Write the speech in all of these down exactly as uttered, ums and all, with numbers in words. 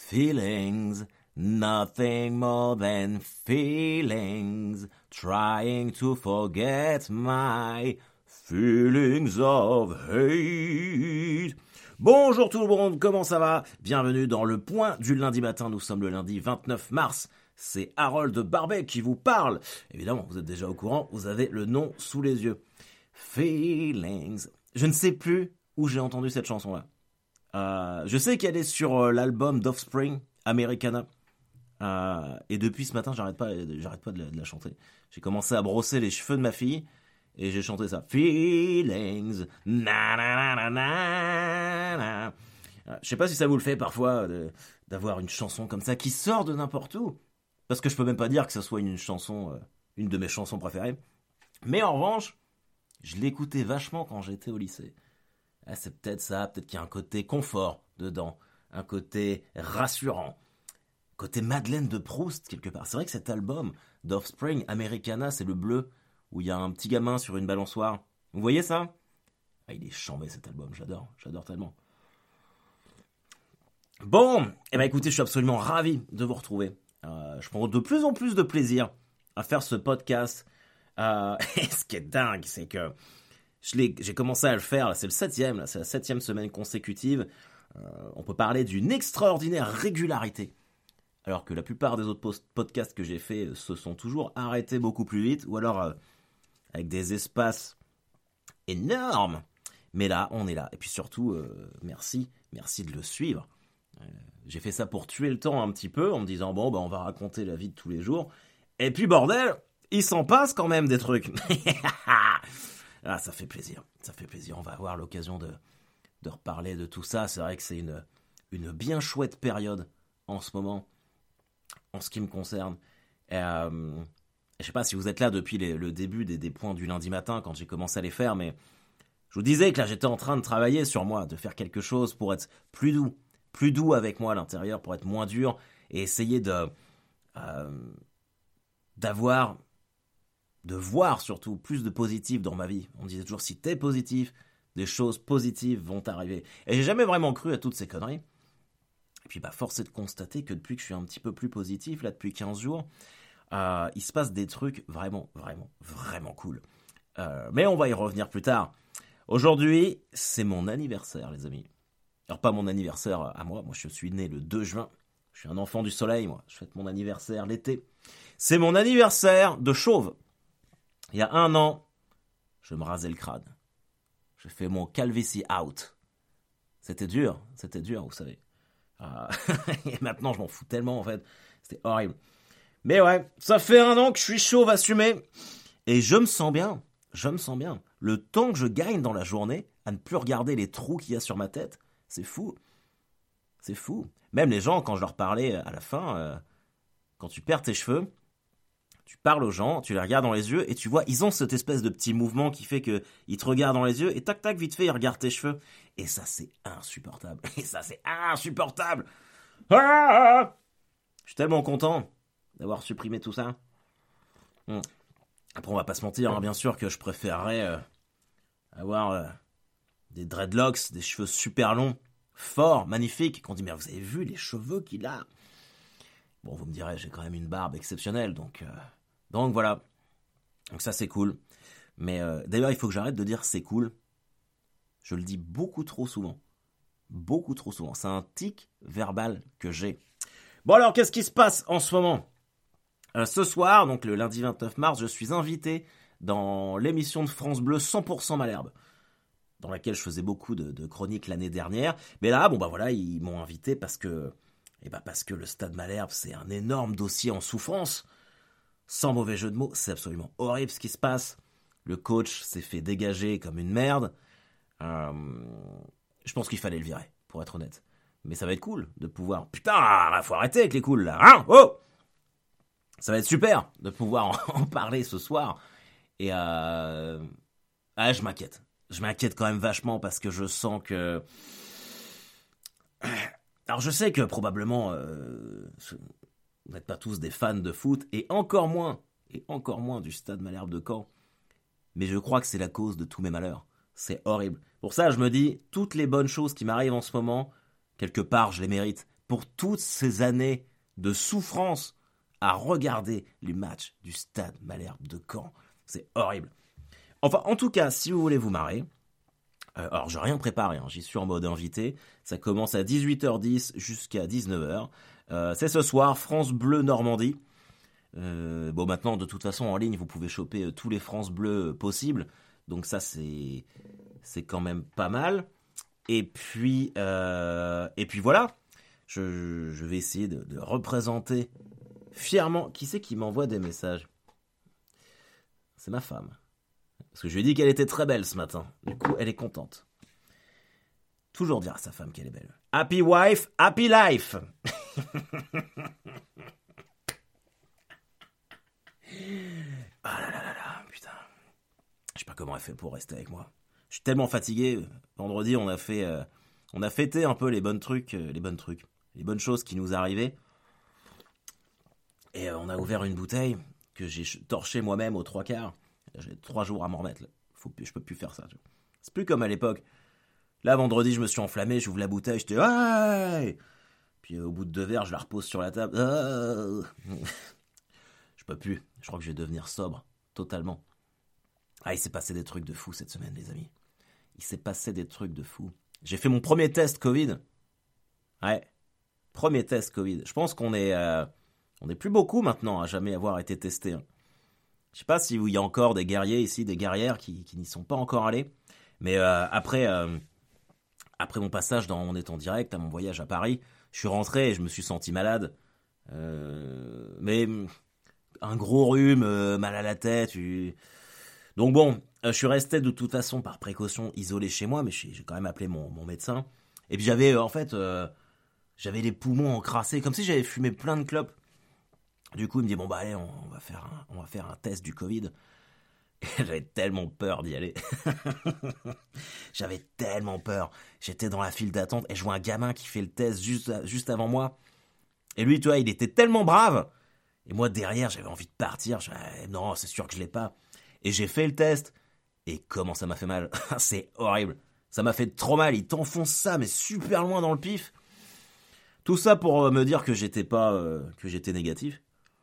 Feelings, nothing more than feelings, trying to forget my feelings of hate. Bonjour tout le monde, comment ça va? Bienvenue dans le point du lundi matin, nous sommes le lundi vingt-neuf mars. C'est Harold Barbet qui vous parle. Évidemment, vous êtes déjà au courant, vous avez le nom sous les yeux. Feelings. Je ne sais plus où j'ai entendu cette chanson-là. Euh, je sais qu'elle est sur euh, l'album d'Offspring, Americana. Euh, et depuis ce matin, j'arrête pas, j'arrête pas de la, de la chanter. J'ai commencé à brosser les cheveux de ma fille et j'ai chanté ça. Feelings. Na na na na na. Euh, je sais pas si ça vous le fait parfois de, d'avoir une chanson comme ça qui sort de n'importe où. Parce que je peux même pas dire que ce soit une chanson, euh, une de mes chansons préférées. Mais en revanche, je l'écoutais vachement quand j'étais au lycée. Ah, c'est peut-être ça, peut-être qu'il y a un côté confort dedans, un côté rassurant, côté Madeleine de Proust quelque part. C'est vrai que cet album d'Offspring, Americana, c'est le bleu, où il y a un petit gamin sur une balançoire. Vous voyez ça? Ah, il est chambé cet album, j'adore, j'adore tellement. Bon, eh ben écoutez, je suis absolument ravi de vous retrouver. Euh, je prends de plus en plus de plaisir à faire ce podcast. Euh, et ce qui est dingue, c'est que Je l'ai, j'ai commencé à le faire, là, c'est le septième, là, c'est la septième semaine consécutive. Euh, on peut parler d'une extraordinaire régularité. Alors que la plupart des autres post- podcasts que j'ai faits se sont toujours arrêtés beaucoup plus vite, ou alors euh, avec des espaces énormes. Mais là, on est là. Et puis surtout, euh, merci, merci de le suivre. Euh, j'ai fait ça pour tuer le temps un petit peu, en me disant, bon, bah, on va raconter la vie de tous les jours. Et puis, bordel, il s'en passe quand même des trucs. Ah, ça fait plaisir, ça fait plaisir. On va avoir l'occasion de, de reparler de tout ça. C'est vrai que c'est une, une bien chouette période en ce moment, en ce qui me concerne. Euh, je sais pas si vous êtes là depuis les, le début des, des points du lundi matin, quand j'ai commencé à les faire, mais je vous disais que là, j'étais en train de travailler sur moi, de faire quelque chose pour être plus doux, plus doux avec moi à l'intérieur, pour être moins dur, et essayer de euh, d'avoir... de voir surtout plus de positif dans ma vie. On disait toujours, si t'es positif, des choses positives vont arriver. Et j'ai jamais vraiment cru à toutes ces conneries. Et puis, bah, force est de constater que depuis que je suis un petit peu plus positif, là, depuis quinze jours, euh, il se passe des trucs vraiment, vraiment, vraiment cool. Euh, mais on va y revenir plus tard. Aujourd'hui, c'est mon anniversaire, les amis. Alors, pas mon anniversaire à moi. Moi, je suis né le deux juin. Je suis un enfant du soleil, moi. Je fête mon anniversaire l'été. C'est mon anniversaire de chauve. Il y a un an, je me rasais le crâne. J'ai fait mon calvitie out. C'était dur, c'était dur, vous savez. Euh, et maintenant, je m'en fous tellement, en fait. C'était horrible. Mais ouais, ça fait un an que je suis chauve assumé. Et je me sens bien, je me sens bien. Le temps que je gagne dans la journée, à ne plus regarder les trous qu'il y a sur ma tête, c'est fou. C'est fou. Même les gens, quand je leur parlais à la fin, euh, quand tu perds tes cheveux, tu parles aux gens, tu les regardes dans les yeux et tu vois, ils ont cette espèce de petit mouvement qui fait que ils te regardent dans les yeux et tac tac vite fait ils regardent tes cheveux et ça c'est insupportable. Et ça c'est insupportable. Ah, je suis tellement content d'avoir supprimé tout ça. Hum. Après on va pas se mentir, hein, bien sûr que je préférerais euh, avoir euh, des dreadlocks, des cheveux super longs, forts, magnifiques. Qu'on dit mais vous avez vu les cheveux qu'il a? Bon, vous me direz, j'ai quand même une barbe exceptionnelle, donc... Euh... Donc voilà, donc ça c'est cool. Mais euh, d'ailleurs il faut que j'arrête de dire c'est cool. Je le dis beaucoup trop souvent. Beaucoup trop souvent. C'est un tic verbal que j'ai. Bon alors qu'est-ce qui se passe en ce moment? euh, Ce soir, donc le lundi vingt-neuf mars, je suis invité dans l'émission de France Bleu cent pour cent Malherbe, dans laquelle je faisais beaucoup de, de chroniques l'année dernière. Mais là, bon bah voilà, ils m'ont invité parce que, eh ben parce que le Stade Malherbe c'est un énorme dossier en souffrance. Sans mauvais jeu de mots, c'est absolument horrible ce qui se passe. Le coach s'est fait dégager comme une merde. Euh, je pense qu'il fallait le virer, pour être honnête. Mais ça va être cool de pouvoir... Putain, faut arrêter avec les cools là, hein? Oh! Ça va être super de pouvoir en parler ce soir. Et euh... ah, je m'inquiète. Je m'inquiète quand même vachement parce que je sens que... Alors je sais que probablement... Euh... Vous n'êtes pas tous des fans de foot, et encore moins, et encore moins du Stade Malherbe de Caen. Mais je crois que c'est la cause de tous mes malheurs. C'est horrible. Pour ça, je me dis, toutes les bonnes choses qui m'arrivent en ce moment, quelque part, je les mérite. pour toutes ces années de souffrance à regarder les matchs du Stade Malherbe de Caen. C'est horrible. Enfin, en tout cas, si vous voulez vous marrer, euh, alors j'ai rien préparé, hein, j'y suis en mode invité. Ça commence à dix-huit heures dix jusqu'à dix-neuf heures. Euh, c'est ce soir, France Bleu Normandie. Euh, bon, maintenant, de toute façon, en ligne, vous pouvez choper euh, tous les France Bleu possibles. Donc ça, c'est, c'est quand même pas mal. Et puis, euh, et puis voilà. Je, je vais essayer de, de représenter fièrement. Qui c'est qui m'envoie des messages ? C'est ma femme. Parce que je lui ai dit qu'elle était très belle ce matin. Du coup, elle est contente. Toujours dire à sa femme qu'elle est belle. Happy wife, happy life. Ah là là là là, putain. Je sais pas comment elle fait pour rester avec moi. Je suis tellement fatigué. Vendredi, on a fait, euh, on a fêté un peu les bonnes trucs, euh, les bonnes trucs, les bonnes choses qui nous arrivaient. Et euh, on a ouvert une bouteille que j'ai torchée moi-même aux trois quarts. J'ai trois jours à m'en remettre. Là. Faut plus, je peux plus faire ça. Tu vois. C'est plus comme à l'époque. Là, vendredi, je me suis enflammé, j'ouvre la bouteille, j'étais ouais. Puis euh, au bout de deux verres, je la repose sur la table. Euh... je peux plus. Je crois que je vais devenir sobre, totalement. Ah, il s'est passé des trucs de fou cette semaine, les amis. Il s'est passé des trucs de fou. J'ai fait mon premier test Covid. Ouais, premier test Covid. Je pense qu'on est, euh, on est plus beaucoup maintenant à jamais avoir été testé. Hein. Je sais pas s'il y a encore des guerriers ici, des guerrières qui, qui n'y sont pas encore allés. Mais euh, après, euh, après mon passage dans On est en direct, à mon voyage à Paris, je suis rentré et je me suis senti malade. Euh, mais un gros rhume, euh, mal à la tête. Tu... Donc bon, euh, je suis resté de toute façon par précaution isolé chez moi, mais j'ai, j'ai quand même appelé mon, mon médecin. Et puis j'avais, euh, en fait, euh, j'avais les poumons encrassés, comme si j'avais fumé plein de clopes. Du coup, il me dit, bon bah allez, on, on va faire un, on va faire un test du Covid. Et j'avais tellement peur d'y aller. J'avais tellement peur. J'étais dans la file d'attente et je vois un gamin qui fait le test juste, juste avant moi. Et lui, tu vois, il était tellement brave. Et moi, derrière, j'avais envie de partir. Je disais, non, c'est sûr que je l'ai pas. Et j'ai fait le test. Et comment ça m'a fait mal. C'est horrible. Ça m'a fait trop mal. Il t'enfonce ça, mais super loin dans le pif. Tout ça pour me dire que j'étais pas, euh, que j'étais négatif.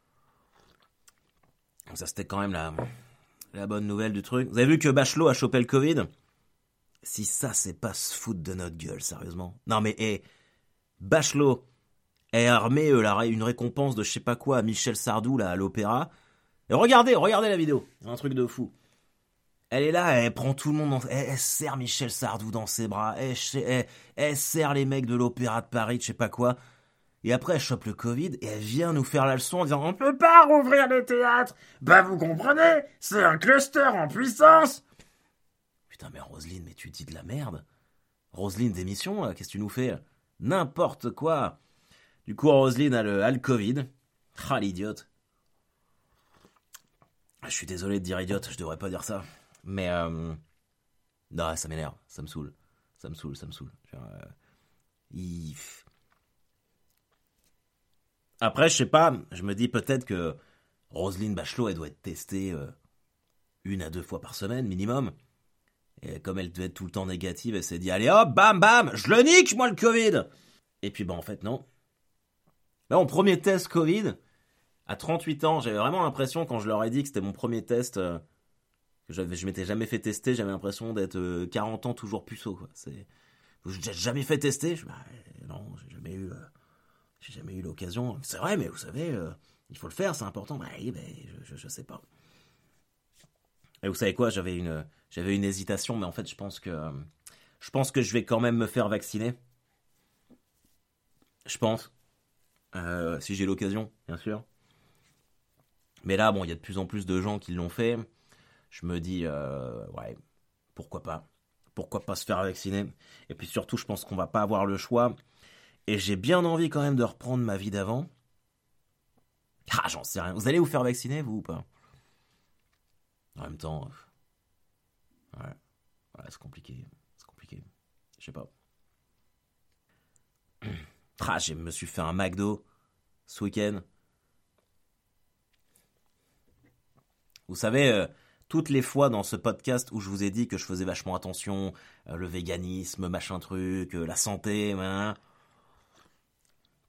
Donc ça, c'était quand même la, la bonne nouvelle du truc. Vous avez vu que Bachelot a chopé le Covid ? Si ça, c'est pas se foutre de notre gueule, sérieusement. Non mais, hé, Bachelot est armé euh, la, une récompense de je sais pas quoi à Michel Sardou, là, à l'opéra. Et regardez, regardez la vidéo. Un truc de fou. Elle est là, elle prend tout le monde, dans, elle, elle serre Michel Sardou dans ses bras, elle, elle, elle serre les mecs de l'opéra de Paris, je sais pas quoi. Et après, elle chope le Covid et elle vient nous faire la leçon en disant « On peut pas rouvrir les théâtres !» Bah vous comprenez, c'est un cluster en puissance. Putain, mais Roselyne, mais tu dis de la merde. Roselyne, démission, là, qu'est-ce que tu nous fais ? N'importe quoi. Du coup, Roselyne a le, a le Covid. Ah, l'idiote. Je suis désolé de dire idiote, je devrais pas dire ça. Mais, euh... non, ça m'énerve, ça me saoule. Ça me saoule, ça me saoule. Genre, euh... il... Après, je sais pas, je me dis peut-être que Roselyne Bachelot, elle doit être testée euh, une à deux fois par semaine, minimum. Et comme elle devait être tout le temps négative, elle s'est dit, allez hop, bam, bam, je le nique, moi, le Covid. Et puis, bah, en fait, non. Là, mon premier test Covid, à trente-huit ans, j'avais vraiment l'impression, quand je leur ai dit que c'était mon premier test, euh, que j'avais, je m'étais jamais fait tester, j'avais l'impression d'être euh, quarante ans toujours puceau, quoi. C'est... J'ai jamais fait tester. Je, bah, non, j'ai jamais eu... Euh... J'ai jamais eu l'occasion. C'est vrai, mais vous savez, euh, il faut le faire, c'est important. Bah, oui, bah, je, je, je sais pas. Et vous savez quoi, j'avais une, j'avais une hésitation, mais en fait, je pense que, euh, je pense que je vais quand même me faire vacciner. Je pense, euh, si j'ai l'occasion, bien sûr. Mais là, bon, il y a de plus en plus de gens qui l'ont fait. Je me dis, euh, ouais, pourquoi pas, pourquoi pas se faire vacciner. Et puis surtout, je pense qu'on va pas avoir le choix. Et j'ai bien envie quand même de reprendre ma vie d'avant. Ah, j'en sais rien. Vous allez vous faire vacciner, vous, ou pas ? En même temps, ouais, ouais, c'est compliqué. C'est compliqué. Je sais pas. Ah, je me suis fait un McDo ce week-end. Vous savez, euh, toutes les fois dans ce podcast où je vous ai dit que je faisais vachement attention, euh, le véganisme, machin truc, euh, la santé, hein,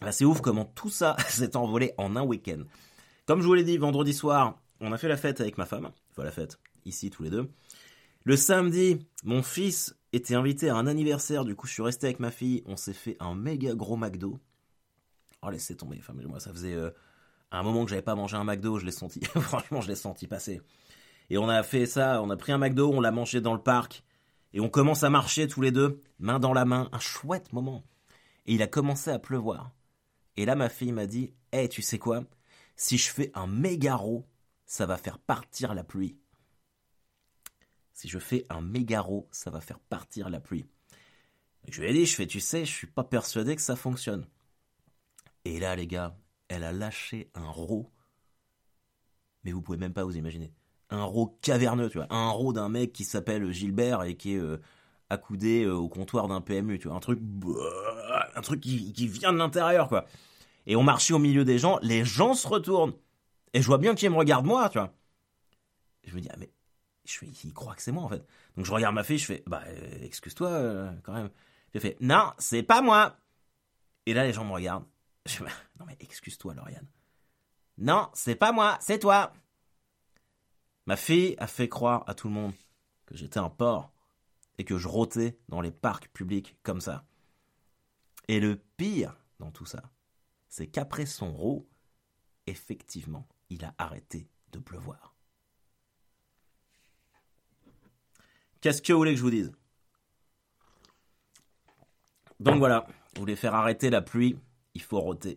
Bah, c'est ouf comment tout ça s'est envolé en un week-end. Comme je vous l'ai dit, vendredi soir, on a fait la fête avec ma femme. Enfin, la fête, ici, tous les deux. Le samedi, mon fils était invité à un anniversaire. Du coup, je suis resté avec ma fille. On s'est fait un méga gros McDo. Oh, laissez tomber. Enfin, moi, ça faisait euh, un moment que j'avais pas mangé un McDo. Je l'ai senti. Franchement, je l'ai senti passer. Et on a fait ça. On a pris un McDo. On l'a mangé dans le parc. Et on commence à marcher tous les deux, main dans la main. Un chouette moment. Et il a commencé à pleuvoir. Et là, ma fille m'a dit, « Hey, tu sais quoi ? Si je fais un mégaro, ça va faire partir la pluie. » Si je fais un mégaro, ça va faire partir la pluie. Je lui ai dit, je fais, tu sais, je suis pas persuadé que ça fonctionne. Et là, les gars, elle a lâché un rot. Mais vous pouvez même pas vous imaginer. Un rot caverneux, tu vois. Un rot d'un mec qui s'appelle Gilbert et qui est euh, accoudé euh, au comptoir d'un P M U, tu vois. Un truc, un truc qui, qui vient de l'intérieur, quoi. Et on marchait au milieu des gens, les gens se retournent. Et je vois bien qu'ils me regardent moi, tu vois. Et je me dis, ah mais, je fais, il croit que c'est moi, en fait. Donc je regarde ma fille, je fais, bah, euh, excuse-toi, euh, quand même. J'ai fait, non, c'est pas moi. Et là, les gens me regardent. Je fais, non mais excuse-toi, Lauriane. Non, c'est pas moi, c'est toi. Ma fille a fait croire à tout le monde que j'étais un porc et que je rôtais dans les parcs publics comme ça. Et le pire dans tout ça, c'est qu'après son rot, effectivement, il a arrêté de pleuvoir. Qu'est-ce que vous voulez que je vous dise ? Donc voilà, vous voulez faire arrêter la pluie, il faut rôter.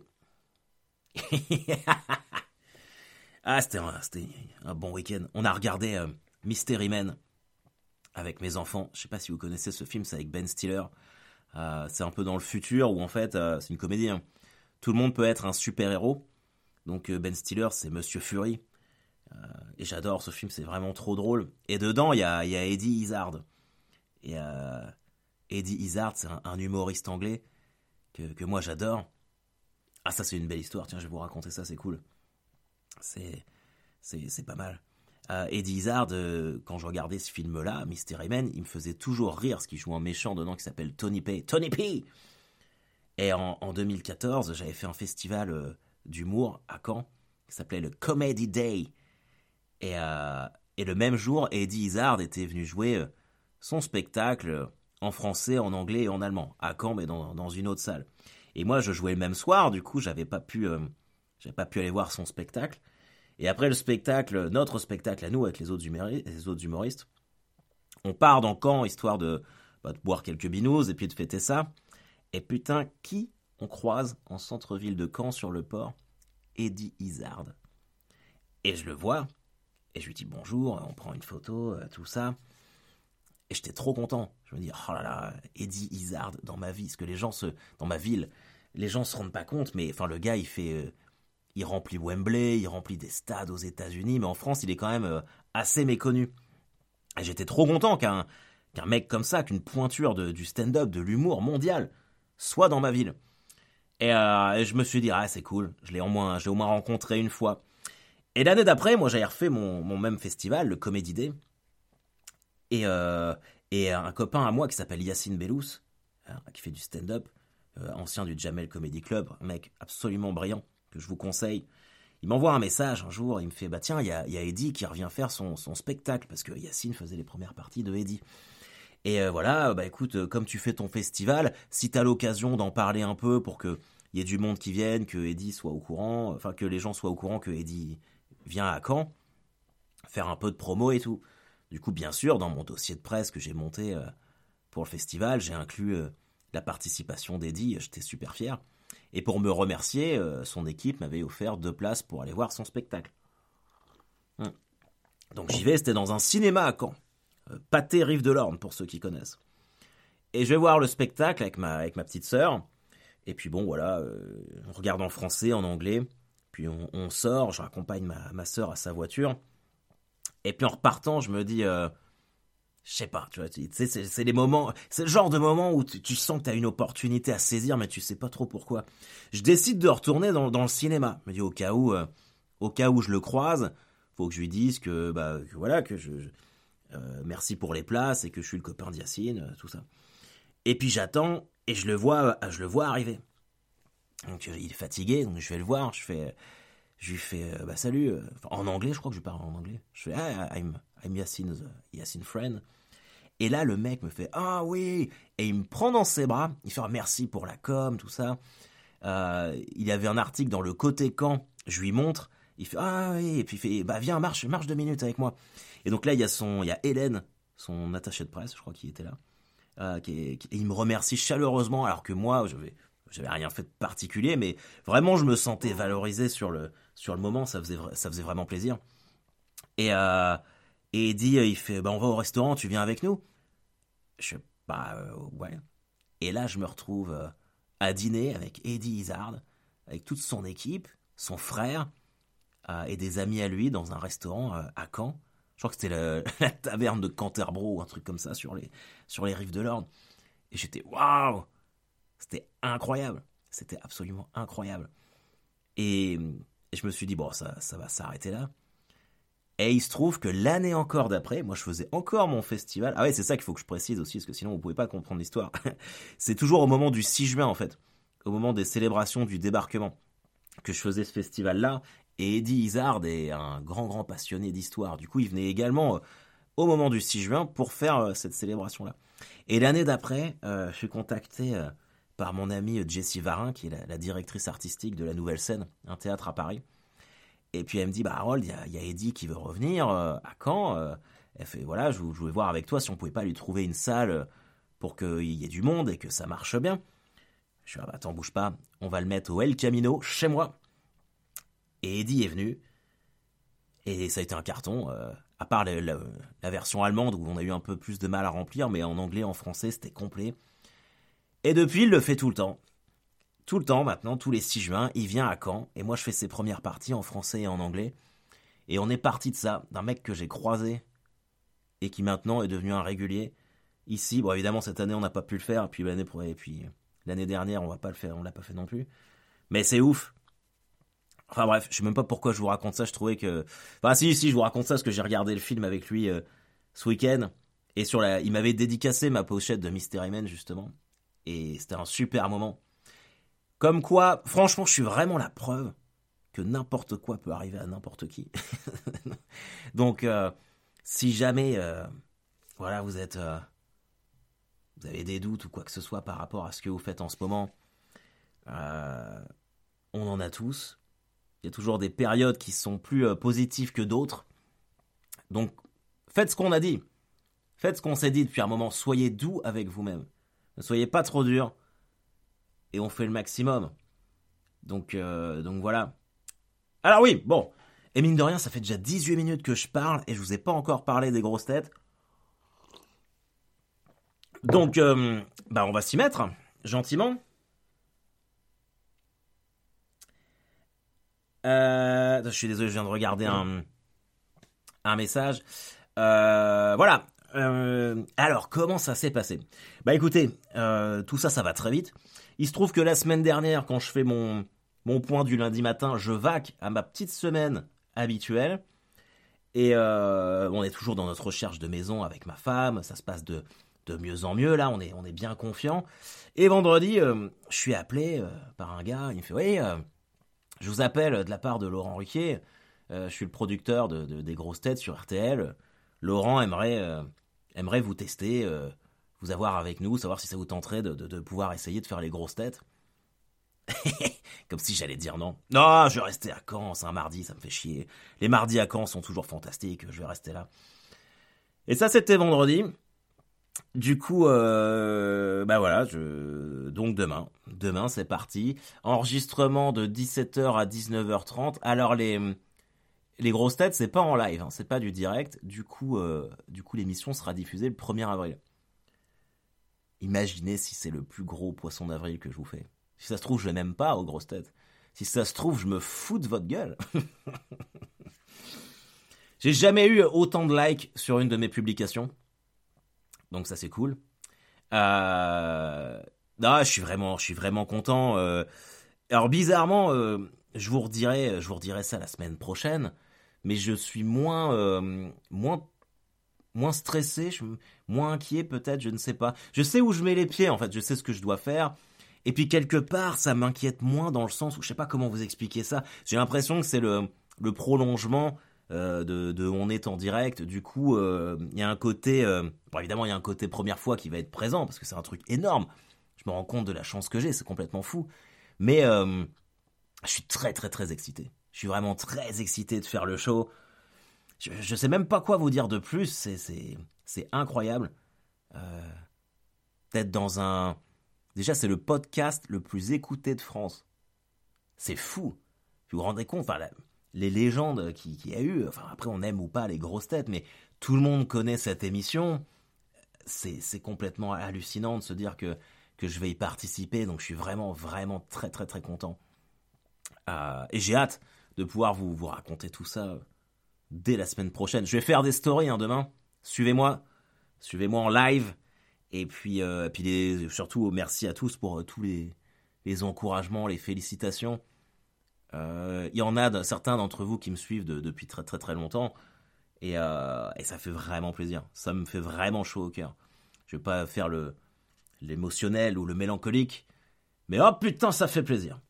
Ah, c'était un, c'était un bon week-end. On a regardé euh, Mystery Men avec mes enfants. Je sais pas si vous connaissez ce film, c'est avec Ben Stiller. Euh, c'est un peu dans le futur où en fait, euh, c'est une comédie. Hein. Tout le monde peut être un super-héros. Donc euh, Ben Stiller, c'est Monsieur Fury. Euh, et j'adore ce film, c'est vraiment trop drôle. Et dedans, il y a, y a Eddie Izzard. Et euh, Eddie Izzard, c'est un, un humoriste anglais que, que moi j'adore. Ah, ça c'est une belle histoire, tiens, je vais vous raconter ça, c'est cool. C'est, c'est, c'est pas mal. Euh, Eddie Izzard, euh, quand je regardais ce film-là, Mystery Men, il me faisait toujours rire, parce qu'il joue un méchant dedans qui s'appelle Tony P. Tony P. Et en, en deux mille quatorze, j'avais fait un festival euh, d'humour à Caen, qui s'appelait le Comedy Day. Et, euh, et le même jour, Eddie Izzard était venu jouer euh, son spectacle en français, en anglais et en allemand, à Caen, mais dans, dans une autre salle. Et moi, je jouais le même soir, du coup, j'avais pas pu, euh, j'avais pas pu aller voir son spectacle. Et après le spectacle, notre spectacle à nous, avec les autres, humori- les autres humoristes, on part dans Caen, histoire de, bah, de boire quelques binous et puis de fêter ça. Et putain, qui on croise en centre-ville de Caen, sur le port ? Eddie Izzard. Et je le vois, et je lui dis bonjour, on prend une photo, euh, tout ça. Et j'étais trop content. Je me dis, oh là là, Eddie Izzard dans ma vie, parce que les gens se, dans ma ville, les gens se rendent pas compte, mais enfin le gars il fait, euh, il remplit Wembley, il remplit des stades aux États-Unis, mais en France il est quand même euh, assez méconnu. Et j'étais trop content qu'un qu'un mec comme ça, qu'une pointure de, du stand-up, de l'humour mondial, soit dans ma ville. Et, euh, et je me suis dit, ah c'est cool, je l'ai au moins, j'ai au moins rencontré une fois. Et l'année d'après, moi j'avais refait mon, mon même festival, le Comedy Day. Et, euh, et un copain à moi qui s'appelle Yacine Bellous, euh, qui fait du stand-up, euh, ancien du Jamel Comedy Club, un mec absolument brillant, que je vous conseille. Il m'envoie un message un jour, il me fait, bah tiens, il y a, y a Eddie qui revient faire son, son spectacle, parce que Yacine faisait les premières parties de Eddie. Et euh, voilà, bah écoute, euh, comme tu fais ton festival, si t'as l'occasion d'en parler un peu pour qu'il y ait du monde qui vienne, que Eddie soit au courant, enfin que les gens soient au courant que Eddie vient à Caen, faire un peu de promo et tout. Du coup, bien sûr, dans mon dossier de presse que j'ai monté euh, pour le festival, j'ai inclus euh, la participation d'Eddie, j'étais super fier. Et pour me remercier, euh, son équipe m'avait offert deux places pour aller voir son spectacle. Hum. Donc j'y vais, c'était dans un cinéma à Caen. Euh, Pâté Rive de l'Orne, pour ceux qui connaissent. Et je vais voir le spectacle avec ma, avec ma petite sœur. Et puis bon, voilà, euh, on regarde en français, en anglais. Puis on, on sort, je raccompagne ma, ma sœur à sa voiture. Et puis en repartant, je me dis, euh, je sais pas, tu vois, tu sais, c'est, c'est les moments, c'est le genre de moment où tu, tu sens que t'as une opportunité à saisir, mais tu sais pas trop pourquoi. Je décide de retourner dans, dans le cinéma. Je me dis au cas où, euh, au cas où je le croise, faut que je lui dise que, bah, que voilà, que je, je euh, merci pour les places et que je suis le copain d'Yacine, euh, tout ça. Et puis j'attends et je le vois, je le vois arriver. Donc il est fatigué, donc je vais le voir, je fais, je lui fais, euh, bah salut, euh, en anglais, je crois que je parle en anglais. Je fais, ah, I'm, I'm Yassin's, Yassin friend. Et là, le mec me fait, ah oui, et il me prend dans ses bras, il fait, ah, merci pour la com, tout ça. Euh, il y avait un article dans le Côté Camp, je lui montre, il fait, ah oui, et puis il fait, bah viens, marche, marche deux minutes avec moi. Et donc là, il y a son, il y a Hélène, son attachée de presse, je crois qu'il était là, euh, qui est, qui, et il me remercie chaleureusement, alors que moi, je vais, j'avais rien fait de particulier, mais vraiment, je me sentais valorisé sur le, sur le moment, ça faisait, ça faisait vraiment plaisir. Et, euh, et il dit, il fait, bah on va au restaurant, tu viens avec nous? Je fais, bah euh, ouais. Et là, je me retrouve euh, à dîner avec Eddie Izzard, avec toute son équipe, son frère, euh, et des amis à lui dans un restaurant euh, à Caen. Je crois que c'était le- la taverne de Canterbro ou un truc comme ça sur les, sur les rives de l'Orne. Et j'étais, waouh! C'était incroyable. C'était absolument incroyable. Et, et je me suis dit, bon, ça, ça va s'arrêter là. Et il se trouve que l'année encore d'après, moi je faisais encore mon festival. Ah ouais, c'est ça qu'il faut que je précise aussi, parce que sinon vous pouvez pas comprendre l'histoire. C'est toujours au moment du six juin en fait, au moment des célébrations du débarquement, que je faisais ce festival-là. Et Eddie Izzard est un grand grand passionné d'histoire. Du coup, il venait également euh, au moment du six juin pour faire euh, cette célébration-là. Et l'année d'après, euh, je suis contacté euh, par mon amie Jessie Varin, qui est la, la directrice artistique de la Nouvelle Scène, un théâtre à Paris. Et puis elle me dit, bah Harold, il y a, y a Eddie qui veut revenir euh, à Caen. Euh, elle fait, voilà, je, je voulais voir avec toi si on pouvait pas lui trouver une salle pour qu'il y ait du monde et que ça marche bien. Je suis, ah bah attends, bouge pas, on va le mettre au El Camino, chez moi. Et Eddie est venu, et ça a été un carton, euh, à part la, la, la version allemande où on a eu un peu plus de mal à remplir, mais en anglais, en français, c'était complet. Et depuis, il le fait tout le temps. Tout le temps maintenant, tous les six juin, il vient à Caen, et moi je fais ses premières parties en français et en anglais. Et on est parti de ça, d'un mec que j'ai croisé, et qui maintenant est devenu un régulier. Ici, bon évidemment cette année on n'a pas pu le faire, et puis l'année, et puis l'année dernière on va pas le faire, on l'a pas fait non plus. Mais c'est ouf. Enfin bref, je sais même pas pourquoi je vous raconte ça, je trouvais que... Enfin si, si, je vous raconte ça parce que j'ai regardé le film avec lui euh, ce week-end, et sur la... il m'avait dédicacé ma pochette de Mystery Man justement, et c'était un super moment. Comme quoi, franchement, je suis vraiment la preuve que n'importe quoi peut arriver à n'importe qui. Donc, euh, si jamais, euh, voilà, vous êtes, euh, vous avez des doutes ou quoi que ce soit par rapport à ce que vous faites en ce moment, euh, on en a tous. Il y a toujours des périodes qui sont plus euh, positives que d'autres. Donc, faites ce qu'on a dit. Faites ce qu'on s'est dit depuis un moment. Soyez doux avec vous-même. Ne soyez pas trop dur. Et on fait le maximum. Donc, euh, donc voilà. Alors oui, bon. Et mine de rien, ça fait déjà dix-huit minutes que je parle et je vous ai pas encore parlé des grosses têtes. Donc, euh, bah on va s'y mettre, gentiment. Euh, je suis désolé, je viens de regarder un, un message. Euh, voilà. Euh, alors, comment ça s'est passé? Bah écoutez, euh, tout ça, ça va très vite. Il se trouve que la semaine dernière, quand je fais mon, mon point du lundi matin, je vaque à ma petite semaine habituelle. Et euh, on est toujours dans notre recherche de maison avec ma femme. Ça se passe de, de mieux en mieux, là. On est, on est bien confiants. Et vendredi, euh, je suis appelé euh, par un gars. Il me fait, oui, euh, je vous appelle de la part de Laurent Ruquier. Euh, je suis le producteur de, de, des grosses têtes sur R T L. Laurent aimerait, euh, aimerait vous tester, euh, vous avoir avec nous, savoir si ça vous tenterait de, de, de pouvoir essayer de faire les grosses têtes. Comme si j'allais dire non. Non, je vais rester à Caen, c'est un mardi, ça me fait chier. Les mardis à Caen sont toujours fantastiques, je vais rester là. Et ça, c'était vendredi. Du coup, euh, bah voilà, je... donc demain. Demain, c'est parti. Enregistrement de dix-sept heures à dix-neuf heures trente. Alors, les... Les grosses têtes, c'est pas en live, hein, c'est pas du direct. Du coup, euh, du coup, l'émission sera diffusée le premier avril. Imaginez si c'est le plus gros poisson d'avril que je vous fais. Si ça se trouve, je n'aime pas aux grosses têtes. Si ça se trouve, je me fous de votre gueule. J'ai jamais eu autant de likes sur une de mes publications. Donc ça, c'est cool. Euh... Non, je suis vraiment, je suis vraiment content. Euh... Alors bizarrement, euh, je vous redirai, je vous redirai ça la semaine prochaine. Mais je suis moins, euh, moins, moins stressé, je, moins inquiet peut-être, je ne sais pas. Je sais où je mets les pieds en fait, je sais ce que je dois faire. Et puis quelque part, ça m'inquiète moins dans le sens où je sais pas comment vous expliquer ça. J'ai l'impression que c'est le, le prolongement euh, de, de on est en direct. Du coup, il euh, y a un côté, euh, bon évidemment il y a un côté première fois qui va être présent parce que c'est un truc énorme. Je me rends compte de la chance que j'ai, c'est complètement fou. Mais euh, je suis très très très excité. Je suis vraiment très excité de faire le show. Je, je sais même pas quoi vous dire de plus. C'est c'est c'est incroyable. Euh, d'être dans un Déjà, c'est le podcast le plus écouté de France. C'est fou. Vous vous rendez compte, enfin, la, les légendes qu'il qui y a eu, enfin, après, on aime ou pas les grosses têtes, mais tout le monde connaît cette émission. C'est, c'est complètement hallucinant de se dire que, que je vais y participer, donc je suis vraiment, vraiment très, très, très content. Euh, et j'ai hâte de pouvoir vous, vous raconter tout ça dès la semaine prochaine. Je vais faire des stories hein, demain. Suivez-moi. Suivez-moi en live. Et puis, euh, et puis les, surtout, merci à tous pour euh, tous les, les encouragements, les félicitations. Il euh, y en a de, certains d'entre vous qui me suivent de, depuis très très très longtemps. Et, euh, et ça fait vraiment plaisir. Ça me fait vraiment chaud au cœur. Je vais pas faire le, l'émotionnel ou le mélancolique. Mais oh putain, ça fait plaisir.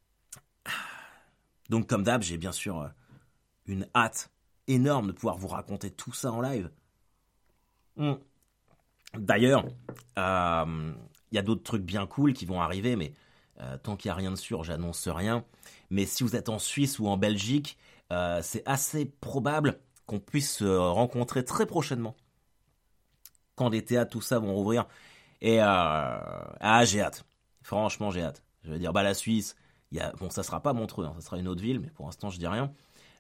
Donc comme d'hab, j'ai bien sûr euh, une hâte énorme de pouvoir vous raconter tout ça en live. Mmh. D'ailleurs, il euh, y a d'autres trucs bien cool qui vont arriver, mais euh, tant qu'il n'y a rien de sûr, j'annonce rien. Mais si vous êtes en Suisse ou en Belgique, euh, c'est assez probable qu'on puisse se rencontrer très prochainement. Quand les théâtres, tout ça vont rouvrir. Et euh, ah, j'ai hâte. Franchement, j'ai hâte. Je veux dire, bah la Suisse, y a, bon, ça sera pas Montreux, hein, ça sera une autre ville, mais pour l'instant, je dis rien.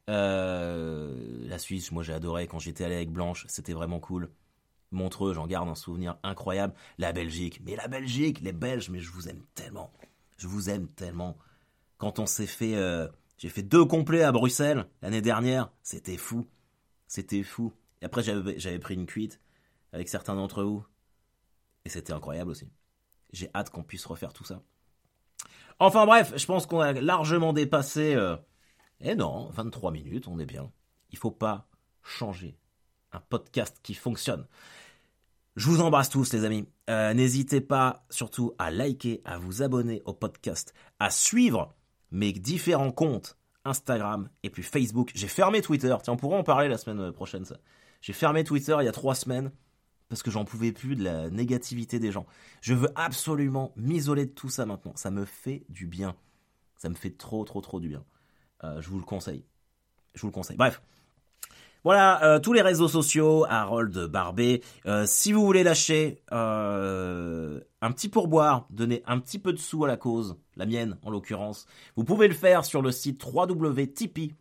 Euh, la Suisse, moi, j'ai adoré quand j'étais allé avec Blanche, c'était vraiment cool. Montreux, j'en garde un souvenir incroyable. La Belgique, mais la Belgique, les Belges, mais je vous aime tellement. Je vous aime tellement. Quand on s'est fait... Euh, j'ai fait deux complets à Bruxelles l'année dernière. C'était fou. C'était fou. Et après, j'avais, j'avais pris une cuite avec certains d'entre vous. Et c'était incroyable aussi. J'ai hâte qu'on puisse refaire tout ça. Enfin bref, je pense qu'on a largement dépassé... Euh... Eh non, vingt-trois minutes, on est bien. Il faut pas changer un podcast qui fonctionne. Je vous embrasse tous les amis. Euh, n'hésitez pas surtout à liker, à vous abonner au podcast, à suivre mes différents comptes Instagram et puis Facebook. J'ai fermé Twitter. Tiens, on pourra en parler la semaine prochaine ça. J'ai fermé Twitter il y a trois semaines parce que j'en pouvais plus de la négativité des gens. Je veux absolument m'isoler de tout ça maintenant. Ça me fait du bien. Ça me fait trop trop trop du bien. Euh, je vous le conseille. Je vous le conseille. Bref. Voilà, euh, tous les réseaux sociaux, Harold Barbet. Euh, si vous voulez lâcher euh, un petit pourboire, donner un petit peu de sous à la cause, la mienne en l'occurrence, vous pouvez le faire sur le site w w w point tipeee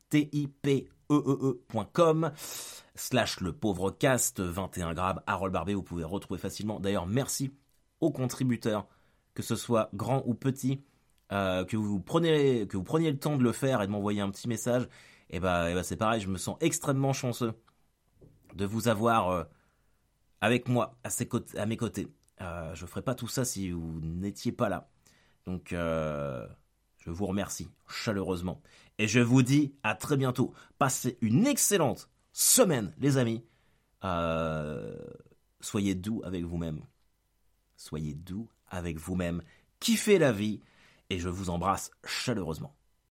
point com slash le pauvre cast vingt et un grammes Harold Barbet. Vous pouvez retrouver facilement. D'ailleurs, merci aux contributeurs, que ce soit grand ou petit, euh, que vous preniez que vous preniez le temps de le faire et de m'envoyer un petit message. Et bah, et bah c'est pareil, je me sens extrêmement chanceux de vous avoir euh, avec moi, à, ses côtés, à mes côtés. Euh, je ne ferais pas tout ça si vous n'étiez pas là. Donc, euh, je vous remercie chaleureusement. Et je vous dis à très bientôt. Passez une excellente semaine, les amis. Euh, soyez doux avec vous-même. Soyez doux avec vous-même. Kiffez la vie. Et je vous embrasse chaleureusement.